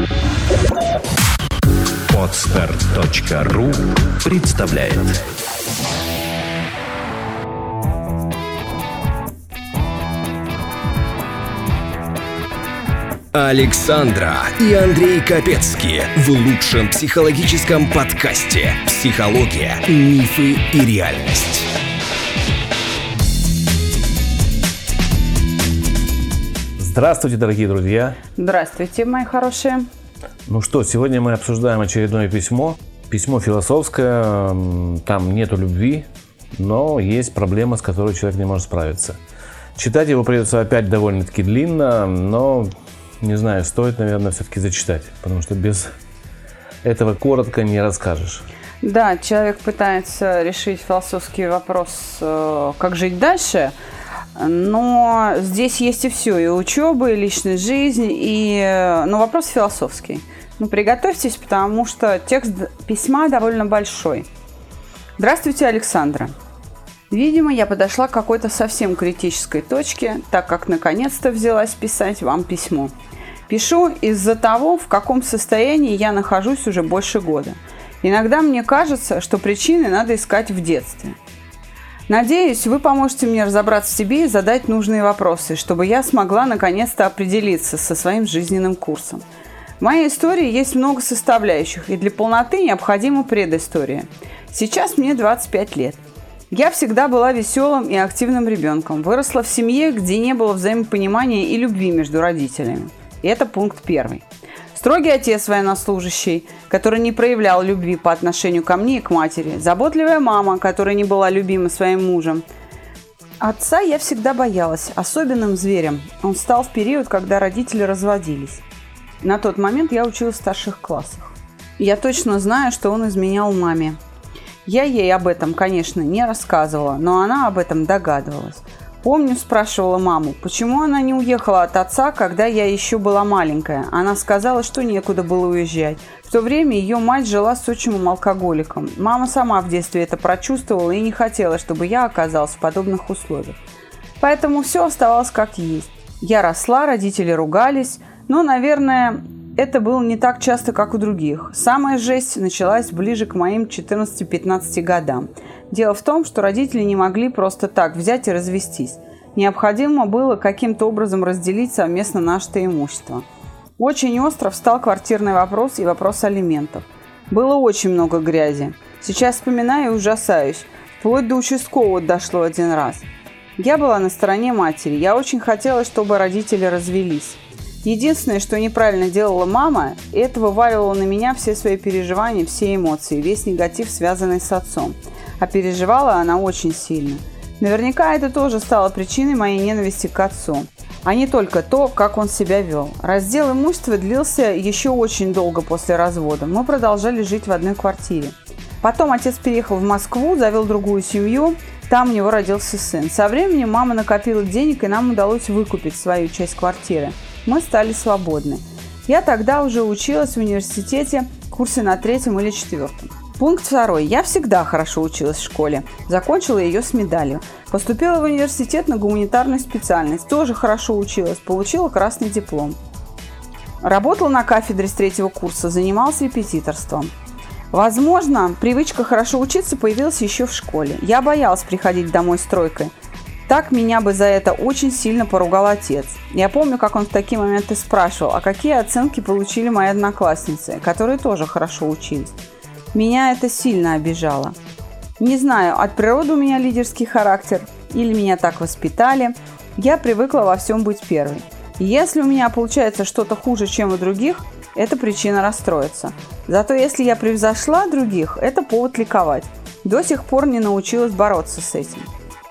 Podster.ru представляет. Александра и Андрей Капецки в лучшем психологическом подкасте «Психология, мифы и реальность». Здравствуйте, дорогие друзья! Здравствуйте, мои хорошие! Ну что, сегодня мы обсуждаем очередное письмо. Письмо философское, там нету любви, но есть проблема, с которой человек не может справиться. Читать его придется опять довольно-таки длинно, но, не знаю, стоит, наверное, все-таки зачитать, потому что без этого коротко не расскажешь. Да, человек пытается решить философский вопрос, как жить дальше, но здесь есть и все, и учеба, и личная жизнь, но вопрос философский. Ну, приготовьтесь, потому что текст письма довольно большой. Здравствуйте, Александра. Видимо, я подошла к какой-то совсем критической точке, так как наконец-то взялась писать вам письмо. Пишу из-за того, в каком состоянии я нахожусь уже больше года. Иногда мне кажется, что причины надо искать в детстве. Надеюсь, вы поможете мне разобраться в себе и задать нужные вопросы, чтобы я смогла наконец-то определиться со своим жизненным курсом. В моей истории есть много составляющих, и для полноты необходима предыстория. Сейчас мне 25 лет. Я всегда была веселым и активным ребенком. Выросла в семье, где не было взаимопонимания и любви между родителями. И это пункт первый. Строгий отец военнослужащий, который не проявлял любви по отношению ко мне и к матери. Заботливая мама, которая не была любима своим мужем. Отца я всегда боялась, особенным зверем. Он стал в период, когда родители разводились. На тот момент я училась в старших классах. Я точно знаю, что он изменял маме. Я ей об этом, конечно, не рассказывала, но она об этом догадывалась. Помню, спрашивала маму, почему она не уехала от отца, когда я еще была маленькая. Она сказала, что некуда было уезжать. В то время ее мать жила с отчимом-алкоголиком. Мама сама в детстве это прочувствовала и не хотела, чтобы я оказалась в подобных условиях. Поэтому все оставалось как есть. Я росла, родители ругались, но, наверное, это было не так часто, как у других. Самая жесть началась ближе к моим 14-15 годам. Дело в том, что родители не могли просто так взять и развестись. Необходимо было каким-то образом разделить совместно наше имущество. Очень остро встал квартирный вопрос и вопрос алиментов. Было очень много грязи. Сейчас вспоминаю и ужасаюсь. Вплоть до участкового дошло один раз. Я была на стороне матери. Я очень хотела, чтобы родители развелись. Единственное, что неправильно делала мама, это вываливала на меня все свои переживания, все эмоции, весь негатив, связанный с отцом. А переживала она очень сильно. Наверняка это тоже стало причиной моей ненависти к отцу, а не только то, как он себя вел. Раздел имущества длился еще очень долго после развода. Мы продолжали жить в одной квартире. Потом отец переехал в Москву, завел другую семью. Там у него родился сын. Со временем мама накопила денег, и нам удалось выкупить свою часть квартиры. Мы стали свободны. Я тогда уже училась в университете, курсе на 3-м или 4-м. Пункт 2. Я всегда хорошо училась в школе. Закончила ее с медалью. Поступила в университет на гуманитарную специальность. Тоже хорошо училась. Получила красный диплом. Работала на кафедре с 3-го курса. Занималась репетиторством. Возможно, привычка хорошо учиться появилась еще в школе. Я боялась приходить домой с тройкой. Так меня бы за это очень сильно поругал отец. Я помню, как он в такие моменты спрашивал, а какие оценки получили мои одноклассницы, которые тоже хорошо учились. Меня это сильно обижало. Не знаю, от природы у меня лидерский характер или меня так воспитали. Я привыкла во всем быть первой. Если у меня получается что-то хуже, чем у других, это причина расстроиться. Зато если я превзошла других, это повод ликовать. До сих пор не научилась бороться с этим.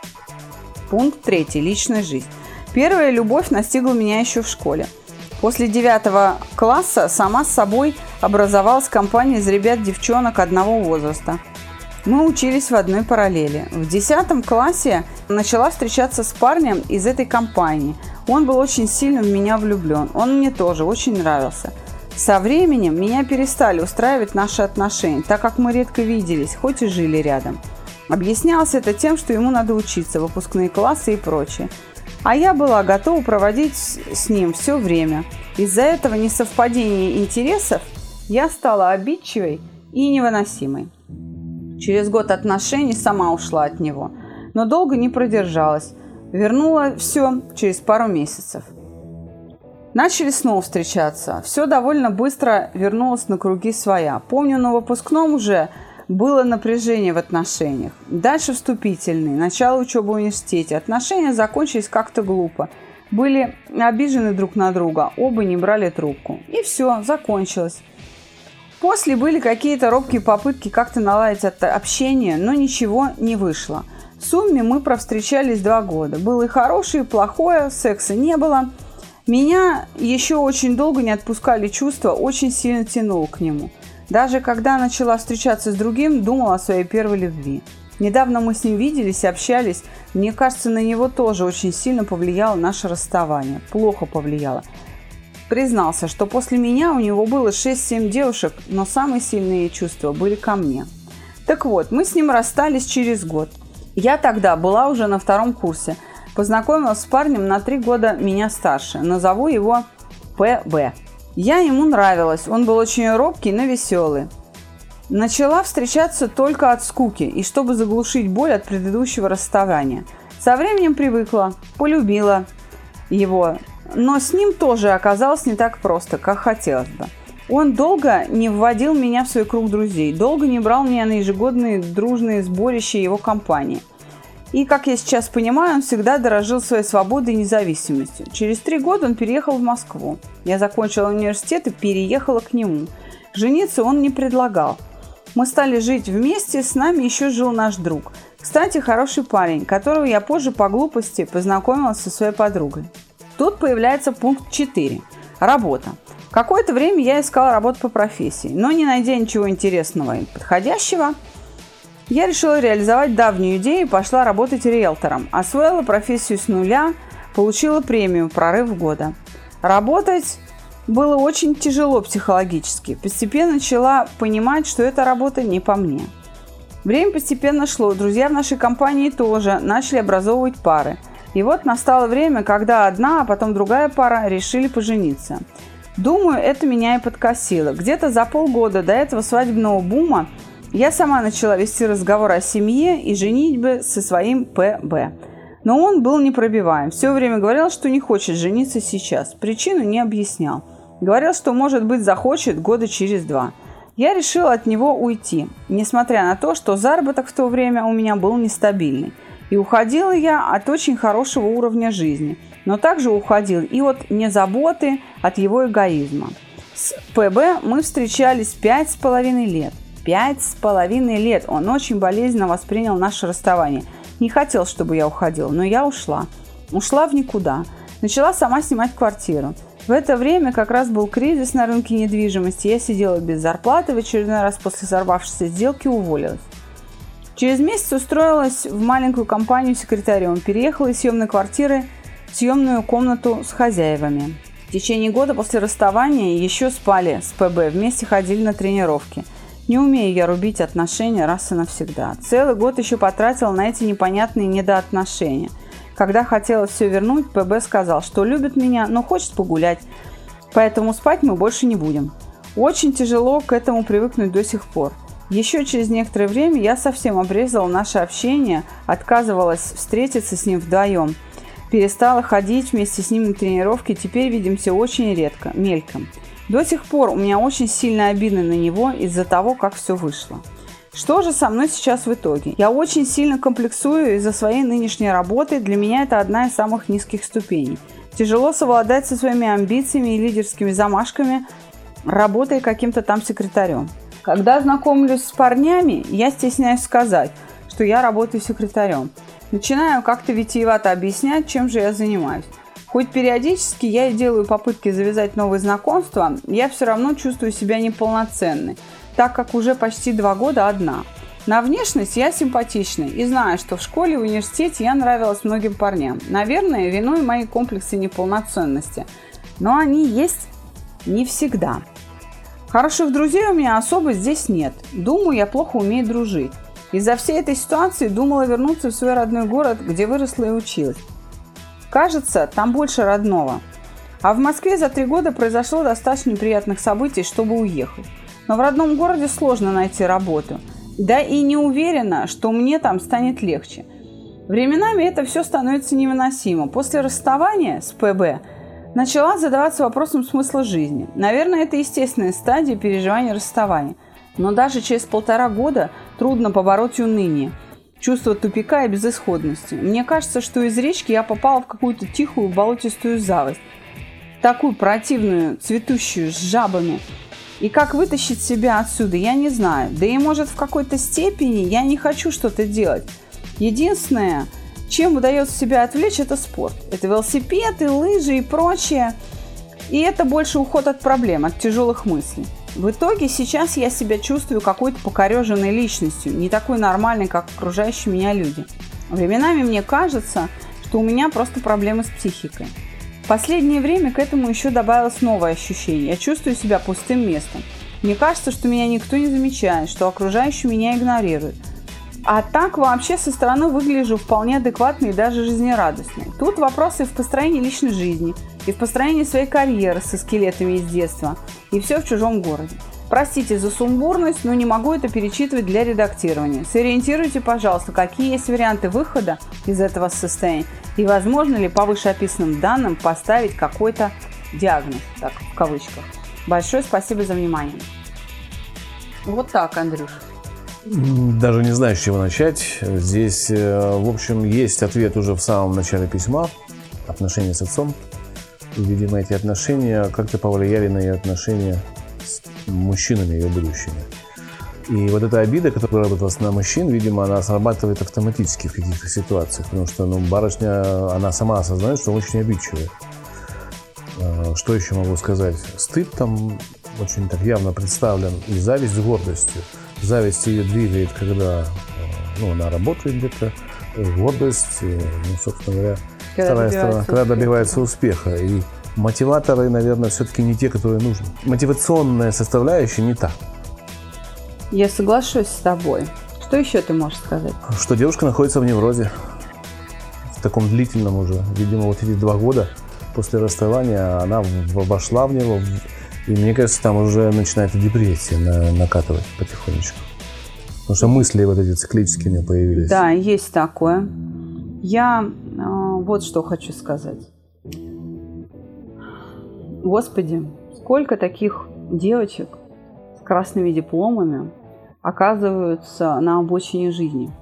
Пункт 3. Личная жизнь. Первая любовь настигла меня еще в школе. После 9 класса сама с собой образовалась компания из ребят-девчонок одного возраста. Мы учились в одной параллели. В 10 классе начала встречаться с парнем из этой компании. Он был очень сильно в меня влюблен. Он мне тоже очень нравился. Со временем меня перестали устраивать наши отношения, так как мы редко виделись, хоть и жили рядом. Объяснялось это тем, что ему надо учиться, выпускные классы и прочее. А я была готова проводить с ним все время. Из-за этого несовпадения интересов я стала обидчивой и невыносимой. Через год отношений сама ушла от него, но долго не продержалась. Вернула все через пару месяцев. Начали снова встречаться. Все довольно быстро вернулось на круги своя. Помню, на выпускном уже было напряжение в отношениях. Дальше вступительный, начало учебы в университете. Отношения закончились как-то глупо. Были обижены друг на друга, оба не брали трубку. И все, закончилось. После были какие-то робкие попытки как-то наладить это общение, но ничего не вышло. В сумме мы провстречались 2 года. Было и хорошее, и плохое, секса не было. Меня еще очень долго не отпускали чувства, очень сильно тянуло к нему. Даже когда начала встречаться с другим, думала о своей первой любви. Недавно мы с ним виделись, общались. Мне кажется, на него тоже очень сильно повлияло наше расставание. Плохо повлияло. Признался, что после меня у него было 6-7 девушек, но самые сильные чувства были ко мне. Так вот, мы с ним расстались через год. Я тогда была уже на 2-м курсе. Познакомилась с парнем на 3 года меня старше. Назову его ПБ. Я ему нравилась. Он был очень робкий, но веселый. Начала встречаться только от скуки и чтобы заглушить боль от предыдущего расставания. Со временем привыкла, полюбила его. Но с ним тоже оказалось не так просто, как хотелось бы. Он долго не вводил меня в свой круг друзей, долго не брал меня на ежегодные дружные сборища его компании. И, как я сейчас понимаю, он всегда дорожил своей свободой и независимостью. Через 3 года он переехал в Москву. Я закончила университет и переехала к нему. Жениться он не предлагал. Мы стали жить вместе, с нами еще жил наш друг. Кстати, хороший парень, которого я позже по глупости познакомилась со своей подругой. Тут появляется пункт 4. Работа. Какое-то время я искала работу по профессии, но не найдя ничего интересного и подходящего, я решила реализовать давнюю идею и пошла работать риэлтором. Освоила профессию с нуля, получила премию «Прорыв года». Работать было очень тяжело психологически. Постепенно начала понимать, что эта работа не по мне. Время постепенно шло. Друзья в нашей компании тоже начали образовывать пары. И вот настало время, когда одна, а потом другая пара решили пожениться. Думаю, это меня и подкосило. Где-то за полгода до этого свадебного бума я сама начала вести разговор о семье и женитьбе со своим ПБ. Но он был непробиваем. Все время говорил, что не хочет жениться сейчас. Причину не объяснял. Говорил, что, может быть, захочет года через 2. Я решила от него уйти, несмотря на то, что заработок в то время у меня был нестабильный. И уходила я от очень хорошего уровня жизни. Но также уходил и от незаботы, от его эгоизма. С ПБ мы встречались 5,5 лет. 5,5 лет. Он очень болезненно воспринял наше расставание. Не хотел, чтобы я уходила, но я ушла. Ушла в никуда. Начала сама снимать квартиру. В это время как раз был кризис на рынке недвижимости. Я сидела без зарплаты, в очередной раз после взорвавшейся сделки уволилась. Через месяц устроилась в маленькую компанию секретарем. Переехала из съемной квартиры в съемную комнату с хозяевами. В течение года после расставания еще спали с ПБ, вместе ходили на тренировки. Не умею я рубить отношения раз и навсегда. Целый год еще потратила на эти непонятные недоотношения. Когда хотела все вернуть, ПБ сказал, что любит меня, но хочет погулять, поэтому спать мы больше не будем. Очень тяжело к этому привыкнуть до сих пор. Еще через некоторое время я совсем обрезала наше общение, отказывалась встретиться с ним вдвоем. Перестала ходить вместе с ним на тренировки, теперь видимся очень редко, мельком. До сих пор у меня очень сильно обидно на него из-за того, как все вышло. Что же со мной сейчас в итоге? Я очень сильно комплексую из-за своей нынешней работы. Для меня это одна из самых низких ступеней. Тяжело совладать со своими амбициями и лидерскими замашками, работая каким-то там секретарем. Когда знакомлюсь с парнями, я стесняюсь сказать, что я работаю секретарем. Начинаю как-то витиевато объяснять, чем же я занимаюсь. Хоть периодически я и делаю попытки завязать новые знакомства, я все равно чувствую себя неполноценной, так как уже почти 2 года одна. На внешность я симпатичная и знаю, что в школе и в университете я нравилась многим парням. Наверное, виной мои комплексы неполноценности, но они есть не всегда. Хороших друзей у меня особо здесь нет. Думаю, я плохо умею дружить. Из-за всей этой ситуации думала вернуться в свой родной город, где выросла и училась. Кажется, там больше родного. А в Москве за 3 года произошло достаточно неприятных событий, чтобы уехать. Но в родном городе сложно найти работу. Да и не уверена, что мне там станет легче. Временами это все становится невыносимо. После расставания с ПБ начала задаваться вопросом смысла жизни. Наверное, это естественная стадия переживания расставания. Но даже через 1,5 года трудно побороть уныние, чувство тупика и безысходности. Мне кажется, что из речки я попала в какую-то тихую болотистую завость. Такую противную, цветущую, с жабами. И как вытащить себя отсюда, я не знаю. Да и может в какой-то степени я не хочу что-то делать. Единственное, чем удается себя отвлечь, это спорт. Это велосипеды, лыжи и прочее. И это больше уход от проблем, от тяжелых мыслей. В итоге сейчас я себя чувствую какой-то покореженной личностью, не такой нормальной, как окружающие меня люди. Временами мне кажется, что у меня просто проблемы с психикой. В последнее время к этому еще добавилось новое ощущение. Я чувствую себя пустым местом. Мне кажется, что меня никто не замечает, что окружающие меня игнорируют. А так вообще со стороны выгляжу вполне адекватной и даже жизнерадостной. Тут вопросы в построении личной жизни, и в построении своей карьеры со скелетами из детства, и все в чужом городе. Простите за сумбурность, но не могу это перечитывать для редактирования. Сориентируйте, пожалуйста, какие есть варианты выхода из этого состояния, и возможно ли по вышеописанным данным поставить какой-то диагноз, так, в кавычках. Большое спасибо за внимание. Вот так, Андрюш. Даже не знаю, с чего начать. Здесь, в общем, есть ответ уже в самом начале письма. Отношения с отцом. И, видимо, эти отношения как-то повлияли на ее отношения с мужчинами, ее будущими. И вот эта обида, которая работалась на мужчин, видимо, она срабатывает автоматически в каких-то ситуациях. Потому что барышня, она сама осознает, что очень обидчивая. Что еще могу сказать? Стыд там очень так явно представлен. И зависть с гордостью. Зависть ее двигает, когда она работает где-то, гордость, собственно говоря, вторая сторона, когда добивается успеха. И мотиваторы, наверное, все-таки не те, которые нужны. Мотивационная составляющая не та. Я соглашусь с тобой. Что еще ты можешь сказать? Что девушка находится в неврозе, в таком длительном уже. Видимо, вот эти 2 года после расставания она вошла в него. И мне кажется, там уже начинает депрессия накатывать потихонечку. Потому что мысли вот эти циклические у нее появились. Да, есть такое. Я вот что хочу сказать. Господи, сколько таких девочек с красными дипломами оказываются на обочине жизни.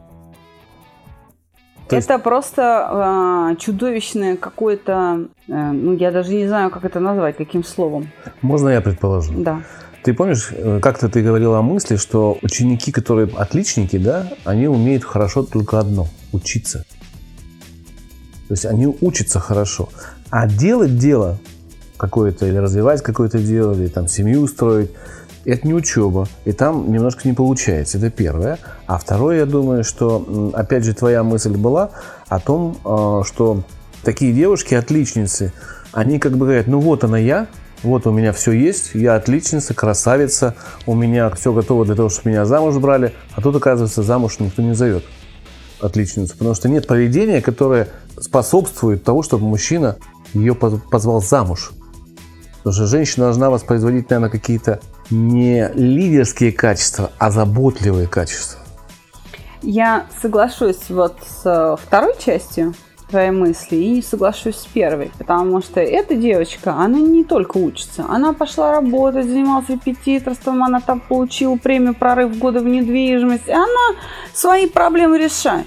Это просто чудовищное какое-то, я даже не знаю, как это назвать, каким словом. Можно я предположу? Да. Ты помнишь, как-то ты говорила о мысли, что ученики, которые отличники, да, они умеют хорошо только одно – учиться. То есть они учатся хорошо. А делать дело какое-то, или развивать какое-то дело, или там семью устроить – это не учеба, и там немножко не получается. Это первое. А второе, я думаю, что, опять же, твоя мысль была о том, что такие девушки, отличницы, они как бы говорят, ну вот она я, вот у меня все есть, я отличница, красавица, у меня все готово для того, чтобы меня замуж брали, а тут, оказывается, замуж никто не зовет отличницу, потому что нет поведения, которое способствует тому, чтобы мужчина ее позвал замуж. Потому что женщина должна воспроизводить, наверное, какие-то не лидерские качества, а заботливые качества. Я соглашусь вот с второй частью твоей мысли и не соглашусь с первой, потому что эта девочка, она не только учится, она пошла работать, занималась репетиторством, она там получила премию «Прорыв года в недвижимости», она свои проблемы решает.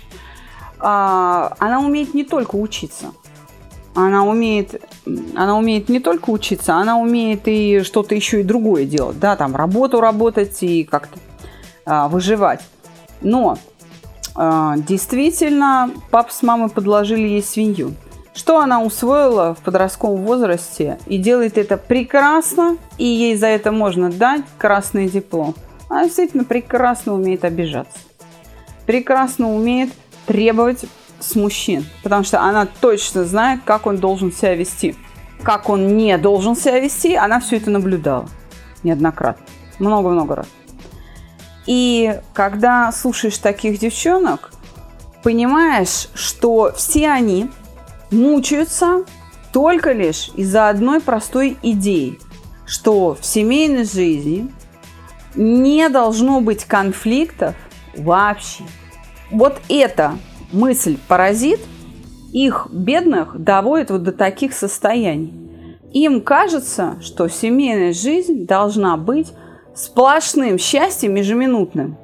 Она умеет не только учиться. Она умеет не только учиться, она умеет и что-то еще и другое делать, да, там работу работать и как-то выживать. Но действительно папа с мамой подложили ей свинью. Что она усвоила в подростковом возрасте и делает это прекрасно, и ей за это можно дать красный диплом. Она действительно прекрасно умеет обижаться, прекрасно умеет требовать с мужчин, потому что она точно знает, как он должен себя вести. Как он не должен себя вести, она все это наблюдала неоднократно, много-много раз. И когда слушаешь таких девчонок, понимаешь, что все они мучаются только лишь из-за одной простой идеи, что в семейной жизни не должно быть конфликтов вообще. Вот эта мысль-паразит их, бедных, доводит вот до таких состояний. Им кажется, что семейная жизнь должна быть сплошным счастьем ежеминутным,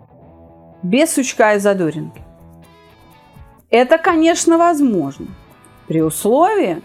без сучка и задоринки. Это, конечно, возможно, при условии,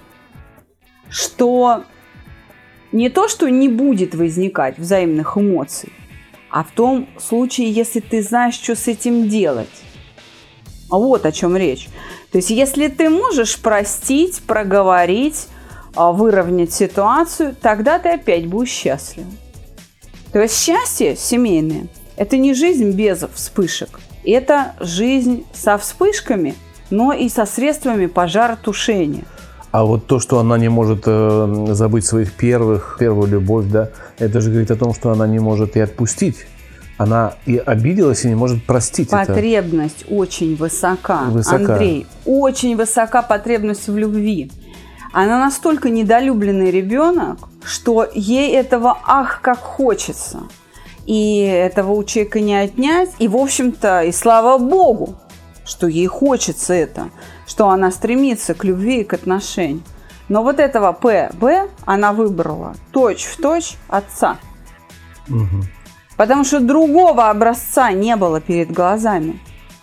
что не то, что не будет возникать взаимных эмоций, а в том случае, если ты знаешь, что с этим делать. Вот о чем речь. То есть, если ты можешь простить, проговорить, выровнять ситуацию, тогда ты опять будешь счастлив. То есть, счастье семейное – это не жизнь без вспышек. Это жизнь со вспышками, но и со средствами пожаротушения. А вот то, что она не может забыть первую любовь, да, это же говорит о том, что она не может и отпустить. Она и обиделась, и не может простить. Потребность очень высока, Андрей. Очень высока потребность в любви. Она настолько недолюбленный ребенок, что ей этого ах как хочется. И этого у человека не отнять. И, в общем-то, и слава Богу, что ей хочется это, что она стремится к любви и к отношениям. Но вот этого ПБ она выбрала точь-в-точь отца. Угу. Потому что другого образца не было перед глазами.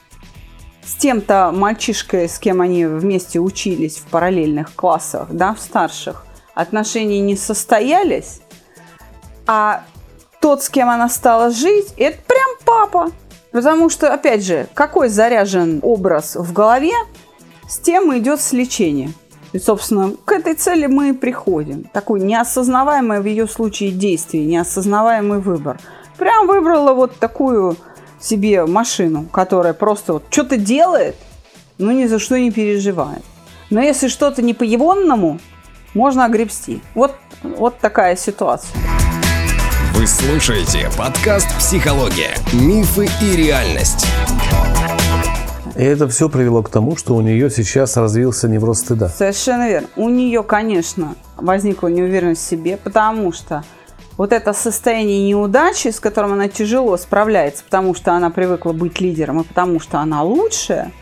С тем-то мальчишкой, с кем они вместе учились в параллельных классах, да, в старших, отношения не состоялись, а тот, с кем она стала жить, это прям папа. Потому что, опять же, какой заряжен образ в голове, с тем идет сличение. И, собственно, к этой цели мы и приходим. Такой неосознаваемое в ее случае действие, неосознаваемый выбор. Прям выбрала вот такую себе машину, которая просто вот что-то делает, но ни за что не переживает. Но если что-то не по-егонному, можно огребсти. Вот такая ситуация. Вы слушаете подкаст «Психология. Мифы и реальность». И это все привело к тому, что у нее сейчас развился невроз стыда. Совершенно верно. У нее, конечно, возникла неуверенность в себе, потому что вот это состояние неудачи, с которым она тяжело справляется, потому что она привыкла быть лидером и потому что она лучшая,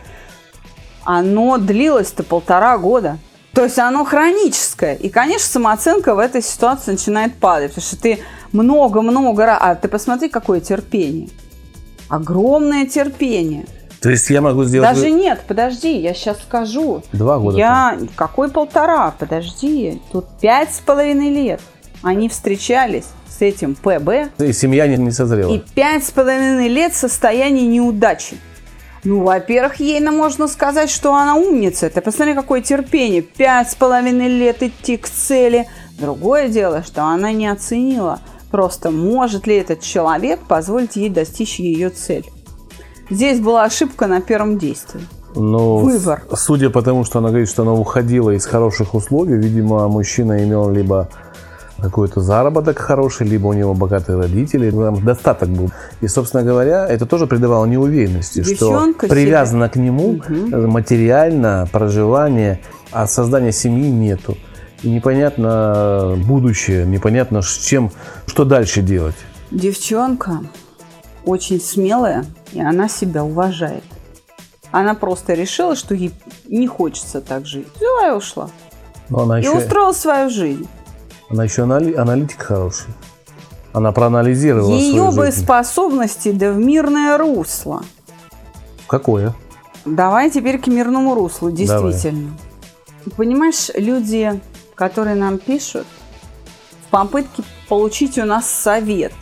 оно длилось-то 1,5 года. То есть оно хроническое. И, конечно, самооценка в этой ситуации начинает падать, потому что ты много-много раз... А ты посмотри, какое терпение. Огромное терпение. То есть я могу сделать... Даже нет, подожди, я сейчас скажу. 2 года. Какой 1,5? Подожди, тут 5,5 лет. Они встречались с этим ПБ. И семья не созрела. И 5,5 лет состояния неудачи. Ну, во-первых, ей можно сказать, что она умница. Ты посмотри, какое терпение. 5,5 лет идти к цели. Другое дело, что она не оценила, просто может ли этот человек позволить ей достичь ее цели. Здесь была ошибка на первом действии. Но выбор. Судя по тому, что она говорит, что она уходила из хороших условий, видимо, мужчина имел либо какой-то заработок хороший, либо у него богатые родители, там достаток был. И, собственно говоря, это тоже придавало неуверенности, Девчонка что привязана к нему материально, проживание, а создания семьи нету. И непонятно будущее, непонятно что дальше делать. Девчонка очень смелая, и она себя уважает. Она просто решила, что ей не хочется так жить. Взяла и ушла. И устроила свою жизнь. Она еще аналитик хороший. Она проанализировала свою жизнь. Ее бы способности да в мирное русло. Какое? Давай теперь к мирному руслу, действительно. Давай. Понимаешь, люди, которые нам пишут, в попытке получить у нас совет,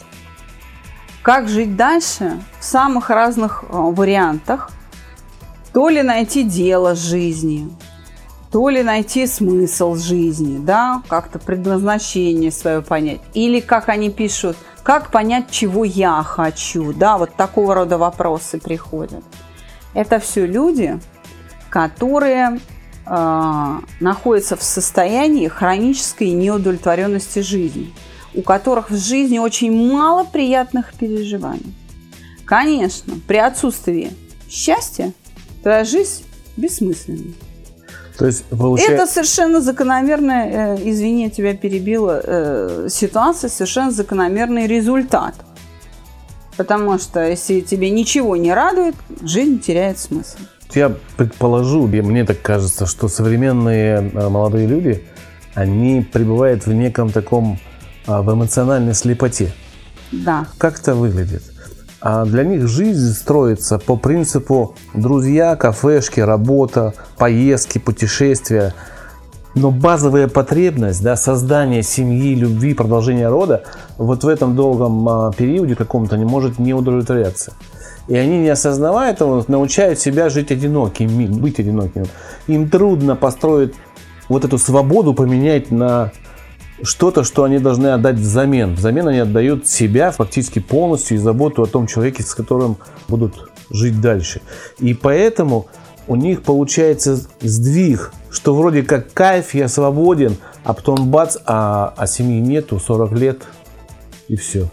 как жить дальше в самых разных вариантах, то ли найти дело жизни, то ли найти смысл жизни, да, как-то предназначение свое понять. Или, как они пишут, как понять, чего я хочу, да, вот такого рода вопросы приходят. Это все люди, которые находятся в состоянии хронической неудовлетворенности жизни, у которых в жизни очень мало приятных переживаний. Конечно, при отсутствии счастья твоя жизнь бессмысленна. То есть, Это совершенно закономерная, извини, я тебя перебила, ситуация, совершенно закономерный результат. Потому что если тебе ничего не радует, жизнь теряет смысл. Я предположу, мне так кажется, что современные молодые люди, они пребывают в неком таком, в эмоциональной слепоте. Да. Как это выглядит? А для них жизнь строится по принципу друзья, кафешки, работа, поездки, путешествия. Но базовая потребность, да, создание семьи, любви, продолжения рода вот в этом долгом периоде каком-то не может не удовлетворяться. И они, не осознавая этого, научают себя жить одинокими, быть одинокими. Им трудно построить вот эту свободу, поменять на что-то, что они должны отдать взамен. Взамен они отдают себя фактически полностью и заботу о том человеке, с которым будут жить дальше. И поэтому у них получается сдвиг, что вроде как кайф, я свободен, а потом бац, а семьи нету, 40 лет и все.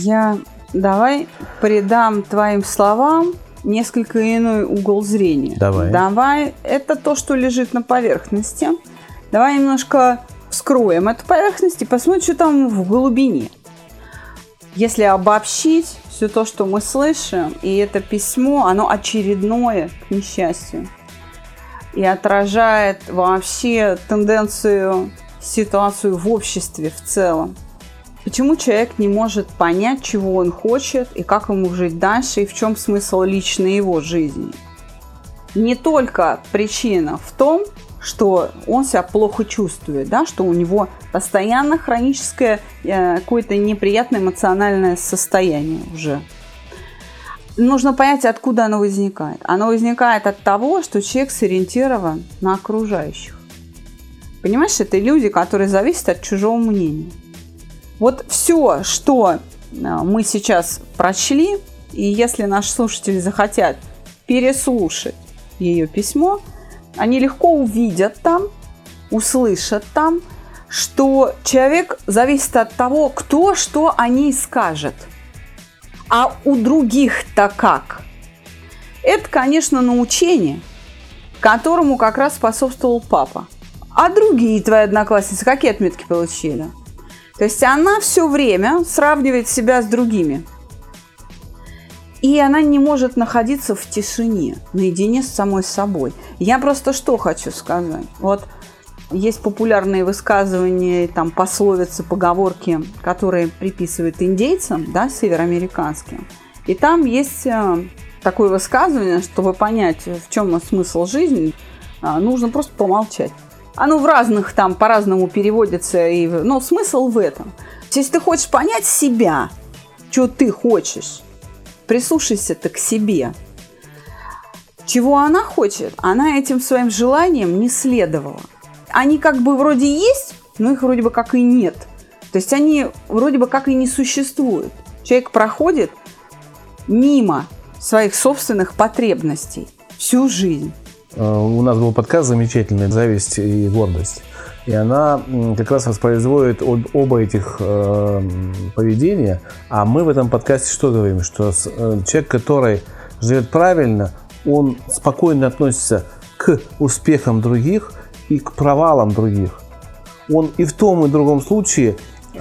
Давай придам твоим словам несколько иной угол зрения. Давай, это то, что лежит на поверхности. Давай немножко вскроем эту поверхность и посмотрим, что там в глубине. Если обобщить все то, что мы слышим, и это письмо, оно очередное, к несчастью, и отражает вообще тенденцию, ситуацию в обществе в целом. Почему человек не может понять, чего он хочет, и как ему жить дальше, и в чем смысл личной его жизни? Не только причина в том, что он себя плохо чувствует, да, что у него постоянно хроническое какое-то неприятное эмоциональное состояние уже. Нужно понять, откуда оно возникает. Оно возникает от того, что человек сориентирован на окружающих. Понимаешь, это люди, которые зависят от чужого мнения. Вот все, что мы сейчас прочли, и если наши слушатели захотят переслушать ее письмо, они легко увидят там, услышат там, что человек зависит от того, кто что о ней скажет. А у других-то как? Это, конечно, научение, которому как раз способствовал папа. А другие твои одноклассницы какие отметки получили? То есть она все время сравнивает себя с другими. И она не может находиться в тишине, наедине с самой собой. Я просто что хочу сказать. Вот есть популярные высказывания, там, пословицы, поговорки, которые приписывают индейцам, да, североамериканским. И там есть такое высказывание, чтобы понять, в чем смысл жизни, нужно просто помолчать. Оно в разных, там, по-разному переводится, но смысл в этом. Если ты хочешь понять себя, что ты хочешь, прислушайся-то к себе. Чего она хочет? Она этим своим желанием не следовала. Они как бы вроде есть, но их вроде бы как и нет. То есть они вроде бы как и не существуют. Человек проходит мимо своих собственных потребностей всю жизнь. У нас был подкаст замечательный «Зависть и гордость». И она как раз воспроизводит оба этих поведения. А мы в этом подкасте что говорим? Что человек, который живет правильно, он спокойно относится к успехам других и к провалам других. Он и в том, и в другом случае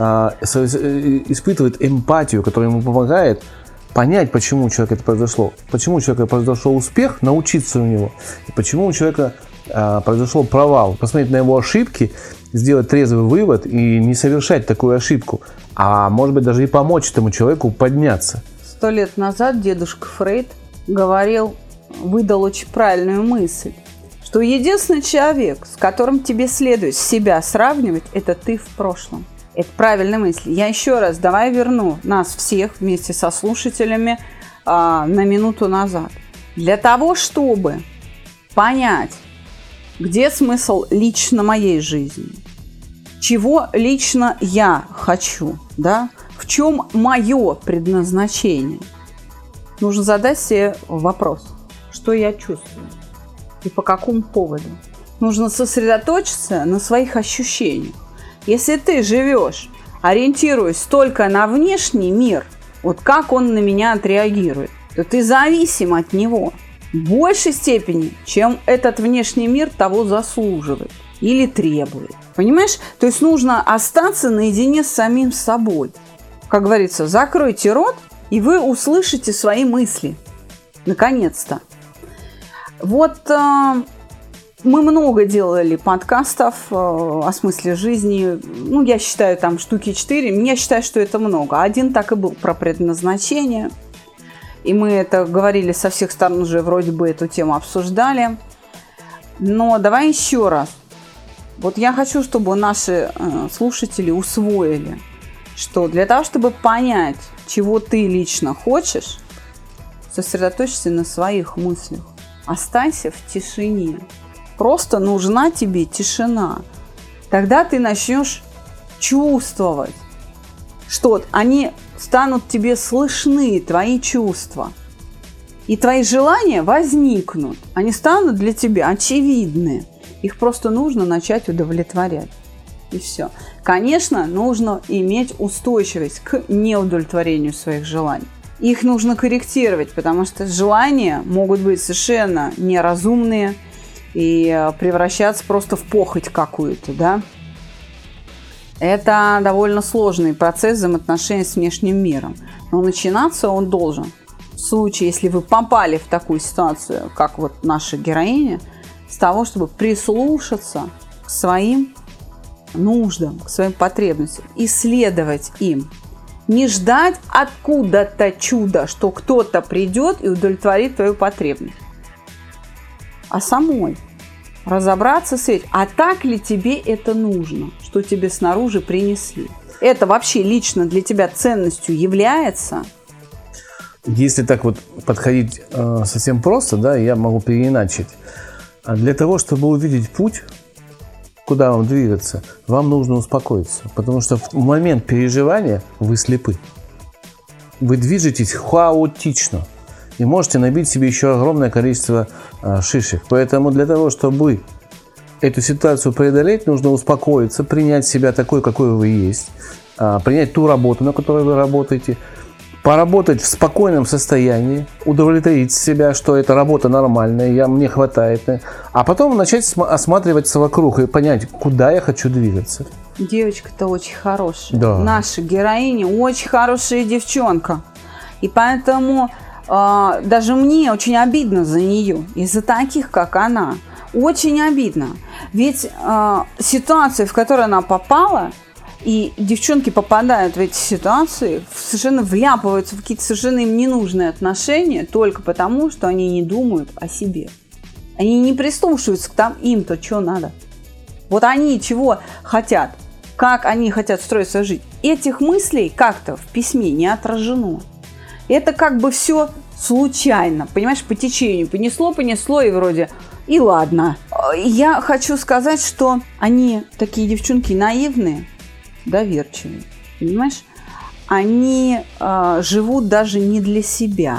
испытывает эмпатию, которая ему помогает понять, почему у человека это произошло. Почему у человека произошел успех, научиться у него. И почему у человека произошел провал. Посмотреть на его ошибки, сделать трезвый вывод и не совершать такую ошибку. А может быть даже и помочь этому человеку подняться. 100 лет назад дедушка Фрейд выдал очень правильную мысль, что единственный человек, с которым тебе следует себя сравнивать, это ты в прошлом. Это правильная мысль. Я еще раз давай верну нас всех вместе со слушателями на минуту назад. Для того, чтобы понять, где смысл лично моей жизни, чего лично я хочу, да? В чем мое предназначение, нужно задать себе вопрос, что я чувствую и по какому поводу. Нужно сосредоточиться на своих ощущениях. Если ты живешь, ориентируясь только на внешний мир, вот как он на меня отреагирует, то ты зависим от него. в большей степени, чем этот внешний мир того заслуживает или требует. Понимаешь? То есть нужно остаться наедине с самим собой. Как говорится, закройте рот, и вы услышите свои мысли. Наконец-то. Вот мы много делали подкастов о смысле жизни. Ну, я считаю, там штуки 4. Я считаю, что это много. Один так и был про предназначение. И мы это говорили со всех сторон, уже вроде бы эту тему обсуждали. Но давай еще раз. Вот я хочу, чтобы наши слушатели усвоили, что для того, чтобы понять, чего ты лично хочешь, сосредоточься на своих мыслях. Останься в тишине. Просто нужна тебе тишина. Тогда ты начнешь чувствовать, что они станут тебе слышны, твои чувства. И твои желания возникнут. Они станут для тебя очевидны. Их просто нужно начать удовлетворять. И все. Конечно, нужно иметь устойчивость к неудовлетворению своих желаний. Их нужно корректировать, потому что желания могут быть совершенно неразумные и превращаться просто в похоть какую-то, да. Это довольно сложный процесс взаимоотношений с внешним миром. Но начинаться он должен. В случае, если вы попали в такую ситуацию, как вот наша героиня, с того, чтобы прислушаться к своим нуждам, к своим потребностям, исследовать им. Не ждать откуда-то чуда, что кто-то придет и удовлетворит твою потребность. А самой разобраться с этим. А так ли тебе это нужно, что тебе снаружи принесли? Это вообще лично для тебя ценностью является? Если так вот подходить совсем просто, да, я могу переиначить. Для того, чтобы увидеть путь, куда вам двигаться, вам нужно успокоиться. Потому что в момент переживания вы слепы. Вы движетесь хаотично. И можете набить себе еще огромное количество шишек. Поэтому для того, чтобы эту ситуацию преодолеть, нужно успокоиться, принять себя такой, какой вы есть, принять ту работу, на которой вы работаете, поработать в спокойном состоянии, удовлетворить себя, что эта работа нормальная, мне хватает, а потом начать осматриваться вокруг и понять, куда я хочу двигаться. Девочка-то очень хорошая. Да. Наша героиня очень хорошая девчонка. И поэтому даже мне очень обидно за нее, из-за таких, как она. Очень обидно. Ведь ситуация, в которую она попала, и девчонки попадают в эти ситуации, совершенно вляпываются в какие-то совершенно им ненужные отношения только потому, что они не думают о себе. Они не прислушиваются к тому, им-то что надо. Вот они чего хотят, как они хотят строить свою жизнь. Этих мыслей как-то в письме не отражено. Это как бы все случайно, понимаешь, по течению. Понесло, и вроде, и ладно. Я хочу сказать, что они, такие девчонки, наивные, доверчивые, понимаешь? Они живут даже не для себя.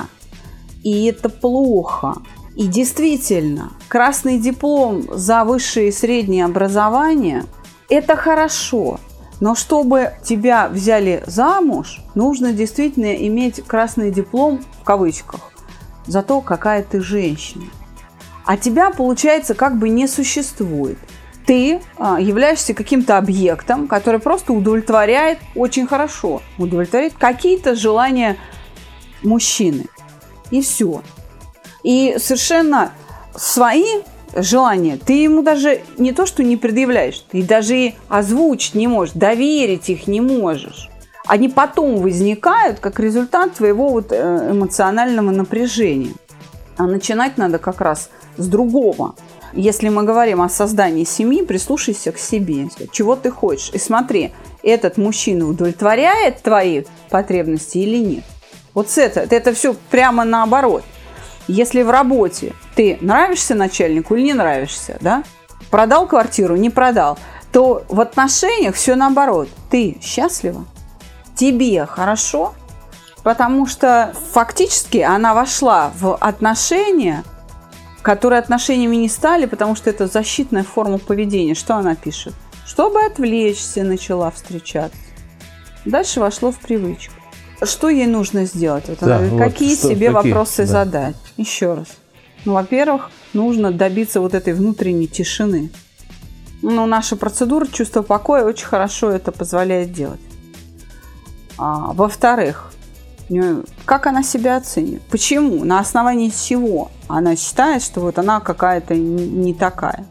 И это плохо. И действительно, красный диплом за высшее и среднее образование – это хорошо. Но чтобы тебя взяли замуж, нужно действительно иметь красный диплом, в кавычках, за то, какая ты женщина. А тебя, получается, как бы не существует. Ты являешься каким-то объектом, который просто удовлетворяет очень хорошо, удовлетворяет какие-то желания мужчины. И все. И совершенно свои желания ты ему даже не то, что не предъявляешь, ты даже и озвучить не можешь, доверить их не можешь. Они потом возникают как результат твоего вот эмоционального напряжения. А начинать надо как раз с другого. Если мы говорим о создании семьи, прислушайся к себе. Чего ты хочешь? И смотри, этот мужчина удовлетворяет твои потребности или нет. Вот это все прямо наоборот. Если в работе ты нравишься начальнику или не нравишься, да? Продал квартиру, не продал, то в отношениях все наоборот. Ты счастлива? Тебе хорошо? Потому что фактически она вошла в отношения, которые отношениями не стали, потому что это защитная форма поведения. Что она пишет? Чтобы отвлечься, начала встречаться. Дальше вошло в привычку. Что ей нужно сделать? Вот да, она говорит, вот какие что, себе какие? вопросы Да. задать? Еще раз. Ну, во-первых, нужно добиться вот этой внутренней тишины. Но наша процедура чувства покоя очень хорошо это позволяет делать. Во-вторых, как она себя оценит? Почему? На основании чего она считает, что вот она какая-то не такая?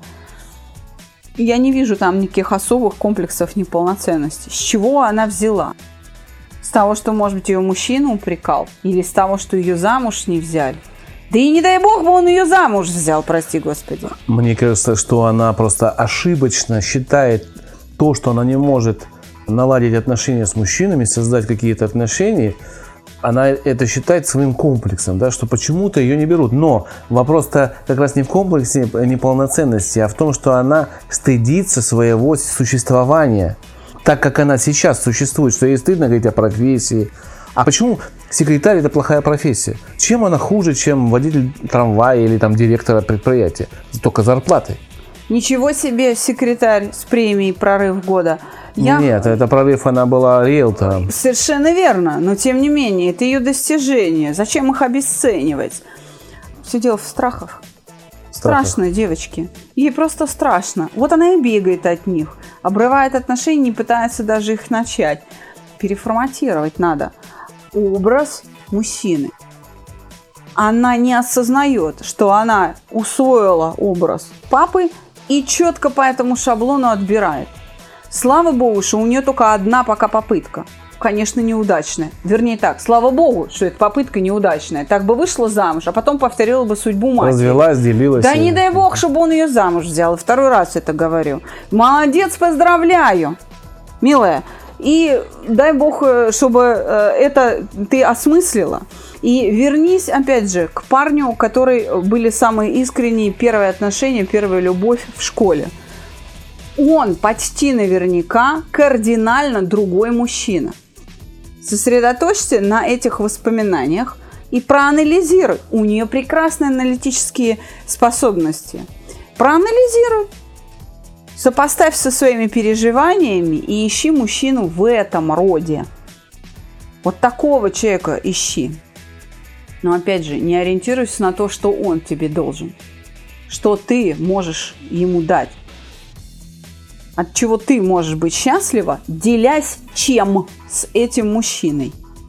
Я не вижу там никаких особых комплексов неполноценности. С чего она взяла? С того, что, может быть, ее мужчина упрекал? Или с того, что ее замуж не взяли? Да и не дай бог бы он ее замуж взял, прости господи. Мне кажется, что она просто ошибочно считает то, что она не может наладить отношения с мужчинами, создать какие-то отношения. Она это считает своим комплексом, да, что почему-то ее не берут. Но вопрос-то как раз не в комплексе неполноценности, а в том, что она стыдится своего существования, так как она сейчас существует, что ей стыдно говорить о профессии. А почему секретарь – это плохая профессия? Чем она хуже, чем водитель трамвая или там директора предприятия? Только зарплатой. Ничего себе, секретарь с премией «Прорыв года». Нет, это прорыв, она была риэлтором. Совершенно верно, но тем не менее, это ее достижения. Зачем их обесценивать? Все дело в страхах. Страшно, девочки. Ей просто страшно. Вот она и бегает от них, обрывает отношения, не пытается даже их начать. Переформатировать надо образ мужчины. Она не осознает, что она усвоила образ папы и четко по этому шаблону отбирает. Слава богу, что у нее только одна пока попытка. Конечно, неудачная. Вернее так, слава богу, что эта попытка неудачная. Так бы вышла замуж, а потом повторила бы судьбу матери. Развелась, делилась. Да не дай бог, чтобы он ее замуж взял. И второй раз это говорю. Молодец, поздравляю, милая. И дай бог, чтобы это ты осмыслила. И вернись, опять же, к парню, у которого были самые искренние первые отношения, первая любовь в школе. Он почти наверняка кардинально другой мужчина. Сосредоточься на этих воспоминаниях и проанализируй. У нее прекрасные аналитические способности. Проанализируй. Сопоставь со своими переживаниями и ищи мужчину в этом роде. Вот такого человека ищи. Но опять же, не ориентируйся на то, что он тебе должен. Что ты можешь ему дать. От чего ты можешь быть счастлива, делясь чем с этим мужчиной.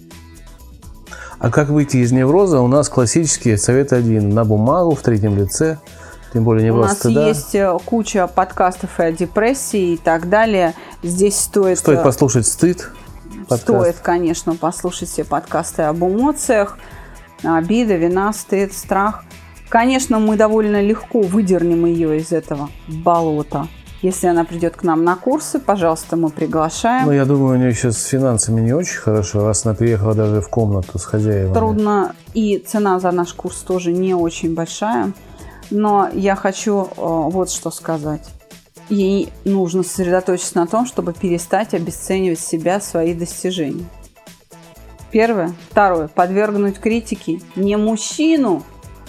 А как выйти из невроза? У нас классический совет один. На бумагу, в третьем лице. Тем более невроз стыда. У нас есть куча подкастов и о депрессии и так далее. Здесь стоит послушать «Стыд». Стоит, конечно, послушать все подкасты об эмоциях. Обида, вина, стыд, страх. Конечно, мы довольно легко выдернем ее из этого болота. Если она придет к нам на курсы, пожалуйста, мы приглашаем. Ну, я думаю, у нее сейчас с финансами не очень хорошо, раз она приехала даже в комнату с хозяевами. Трудно, и цена за наш курс тоже не очень большая. Но я хочу вот что сказать. Ей нужно сосредоточиться на том, чтобы перестать обесценивать себя, свои достижения. Первое. Второе. Подвергнуть критике не мужчину,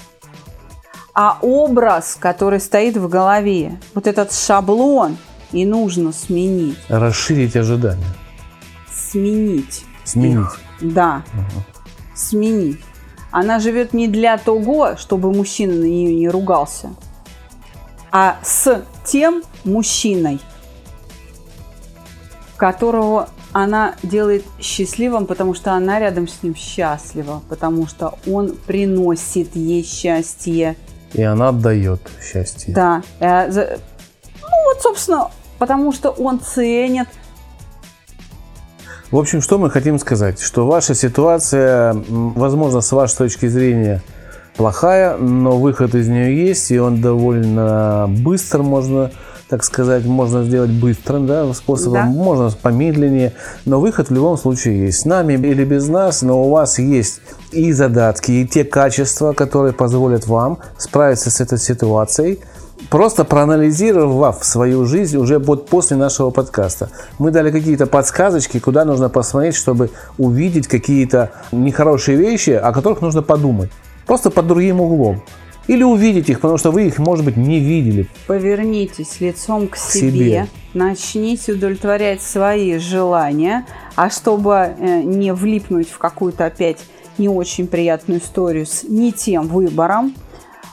а образ, который стоит в голове. Вот этот шаблон и нужно сменить. Расширить ожидания. Сменить. Сменить. Их. Да. Сменить. Она живет не для того, чтобы мужчина на нее не ругался, а с тем мужчиной, которого она делает счастливым, потому что она рядом с ним счастлива, потому что он приносит ей счастье. И она отдает счастье. Да. Ну вот, собственно, потому что он ценит. В общем, что мы хотим сказать? Что ваша ситуация, возможно, с вашей точки зрения плохая, но выход из нее есть, и он довольно быстро, можно так сказать, можно сделать быстрым, да, способом, да. Можно помедленнее, но выход в любом случае есть. С нами или без нас, но у вас есть и задатки, и те качества, которые позволят вам справиться с этой ситуацией, просто проанализировав свою жизнь уже после нашего подкаста. Мы дали какие-то подсказочки, куда нужно посмотреть, чтобы увидеть какие-то нехорошие вещи, о которых нужно подумать. Просто под другим углом. Или увидеть их, потому что вы их, может быть, не видели. Повернитесь лицом к себе. Начните удовлетворять свои желания. А чтобы не влипнуть в какую-то опять не очень приятную историю с не тем выбором,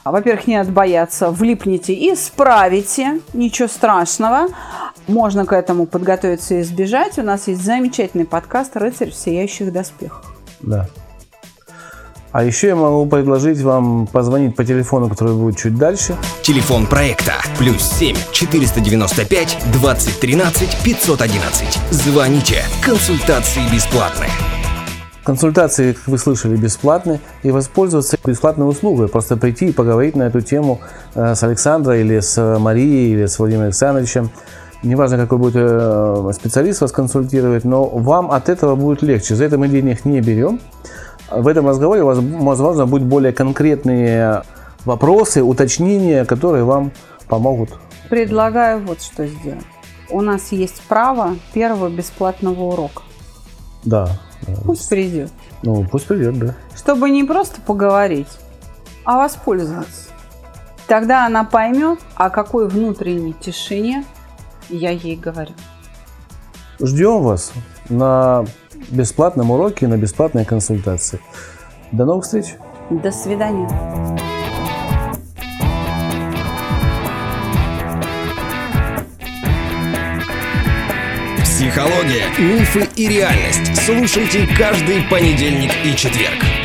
Во-первых, не надо бояться, влипнете и справите, ничего страшного. Можно к этому подготовиться и избежать. У нас есть замечательный подкаст «Рыцарь в сияющих доспехах». Да. А еще я могу предложить вам позвонить по телефону, который будет чуть дальше. Телефон проекта +7 495 20 13 511. Звоните. Консультации бесплатные. Консультации, как вы слышали, бесплатны. И воспользоваться бесплатной услугой. Просто прийти и поговорить на эту тему с Александрой или с Марией или с Владимиром Александровичем. Неважно, какой будет специалист вас консультировать, но вам от этого будет легче. За это мы денег не берем. В этом разговоре у вас, возможно, будут более конкретные вопросы, уточнения, которые вам помогут. Предлагаю вот что сделать. У нас есть право первого бесплатного урока. Да. Пусть придет. Ну, пусть придет, да. Чтобы не просто поговорить, а воспользоваться. Тогда она поймет, о какой внутренней тишине я ей говорю. Ждем вас на бесплатном уроке, на бесплатной консультации. До новых встреч. До свидания. Психология, мифы и реальность. Слушайте каждый понедельник и четверг.